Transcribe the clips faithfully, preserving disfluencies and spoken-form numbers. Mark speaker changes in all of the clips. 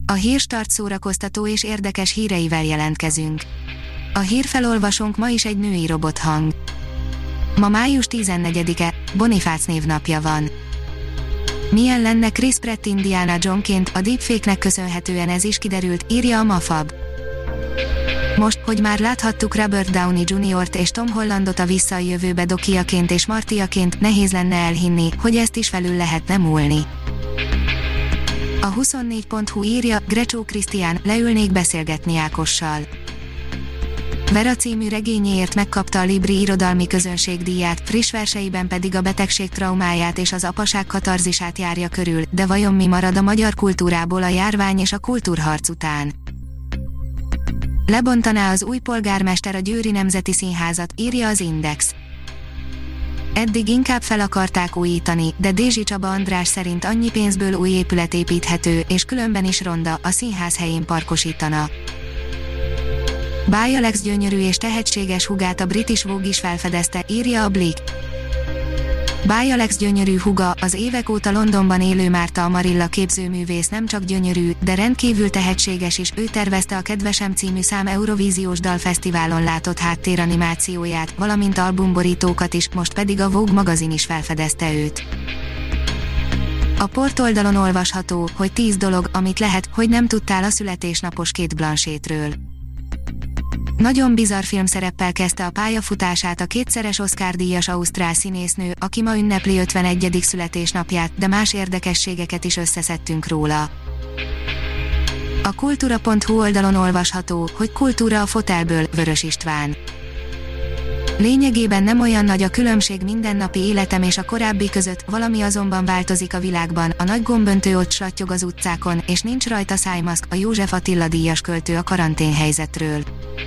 Speaker 1: A Hírstart szórakoztató és érdekes híreivel jelentkezünk. A hírfelolvasónk ma is egy női robothang. Ma május tizennegyedike, Bonifác névnapja van. Milyen lenne Chris Pratt Indiana Jonesként, a deepfake-nek köszönhetően ez is kiderült, írja a Mafab. Most, hogy már láthattuk Robert Downey juniort és Tom Hollandot a Vissza a jövőbe Dokiaként és Martiaként, nehéz lenne elhinni, hogy ezt is felül lehetne múlni. A huszonnégy pont hu írja, Grecsó Krisztián, leülnék beszélgetni Ákossal. Vera című regényéért megkapta a Libri irodalmi közönségdíját, friss verseiben pedig a betegség traumáját és az apaság katarzisát járja körül, de vajon mi marad a magyar kultúrából a járvány és a kultúrharc után? Lebontaná az új polgármester a Győri Nemzeti Színházat, írja az Index. Eddig inkább fel akarták újítani, de Dézsi Csaba András szerint annyi pénzből új épület építhető, és különben is ronda, a színház helyén parkosítana. Báj Alex gyönyörű és tehetséges hugát a British Vogue is felfedezte, írja a Blick. Báj Alex gyönyörű húga, az évek óta Londonban élő Márta Amarilla képzőművész nem csak gyönyörű, de rendkívül tehetséges is, ő tervezte a Kedvesem című szám Eurovíziós Dalfesztiválon látott háttéranimációját, valamint albumborítókat is, most pedig a Vogue magazin is felfedezte őt. A portoldalon olvasható, hogy tíz dolog, amit lehet, hogy nem tudtál a születésnapos Kate Blanchetről. Nagyon bizarr filmszereppel kezdte a pályafutását a kétszeres Oscar-díjas ausztrál színésznő, aki ma ünnepli ötvenegyedik születésnapját, de más érdekességeket is összeszedtünk róla. A kultúra pont hu oldalon olvasható, hogy kultúra a fotelből, Vörös István. Lényegében nem olyan nagy a különbség mindennapi életem és a korábbi között, valami azonban változik a világban, a nagy gomböntő ott slattyog az utcákon, és nincs rajta szájmaszk, a József Attila díjas költő a karanténhelyzetről.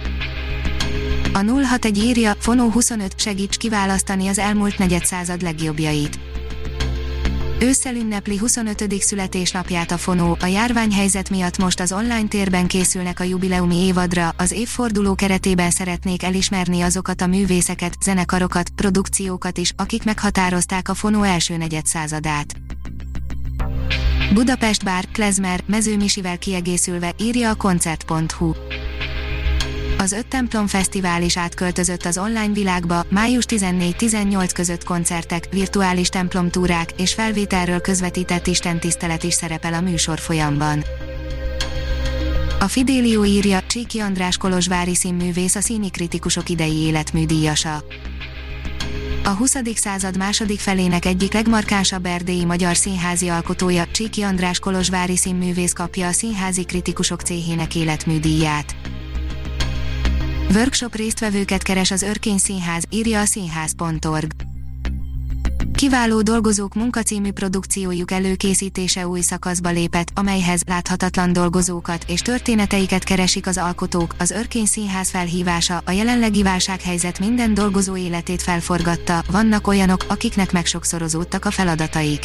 Speaker 1: A nulla hatvanegy írja, Fonó huszonöt, segíts kiválasztani az elmúlt negyedszázad legjobbjait. Ősszel ünnepli huszonötödik születésnapját a Fonó, a járványhelyzet miatt most az online térben készülnek a jubileumi évadra, az évforduló keretében szeretnék elismerni azokat a művészeket, zenekarokat, produkciókat is, akik meghatározták a Fonó első negyedszázadát. Budapest Bár, klezmer, Mező Misivel kiegészülve, írja a koncert pont hu. Az öt templom fesztivál is átköltözött az online világba, május tizennégy-tizennyolc között koncertek, virtuális templomtúrák és felvételről közvetített istentisztelet is szerepel a műsorfolyamban. A Fidelio írja, Csíky András kolozsvári színművész a Színi Kritikusok idei életműdíjasa. A huszadik század második felének egyik legmarkánsabb erdélyi magyar színházi alkotója, Csíky András kolozsvári színművész kapja a Színházi Kritikusok céhének életműdíját. Workshop résztvevőket keres az Örkény Színház, írja a színház pont org. Kiváló dolgozók munkacímű produkciójuk előkészítése új szakaszba lépett, amelyhez láthatatlan dolgozókat és történeteiket keresik az alkotók. Az Örkény Színház felhívása, a jelenlegi válsághelyzet minden dolgozó életét felforgatta, vannak olyanok, akiknek megsokszorozódtak a feladataik.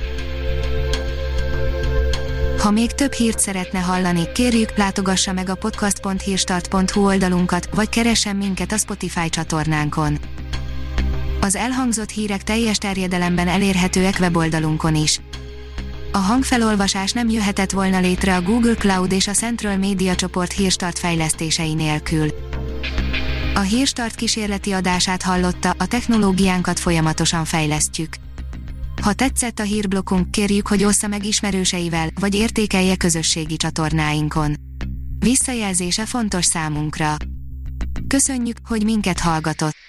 Speaker 1: Ha még több hírt szeretne hallani, kérjük, látogassa meg a podcast pont hírstart pont hu oldalunkat, vagy keressen minket a Spotify csatornánkon. Az elhangzott hírek teljes terjedelemben elérhetőek weboldalunkon is. A hangfelolvasás nem jöhetett volna létre a Google Cloud és a Central Media csoport Hírstart fejlesztései nélkül. A Hírstart kísérleti adását hallotta, a technológiánkat folyamatosan fejlesztjük. Ha tetszett a hírblokkunk, kérjük, hogy ossza meg ismerőseivel, vagy értékelje közösségi csatornáinkon. Visszajelzése fontos számunkra. Köszönjük, hogy minket hallgatott!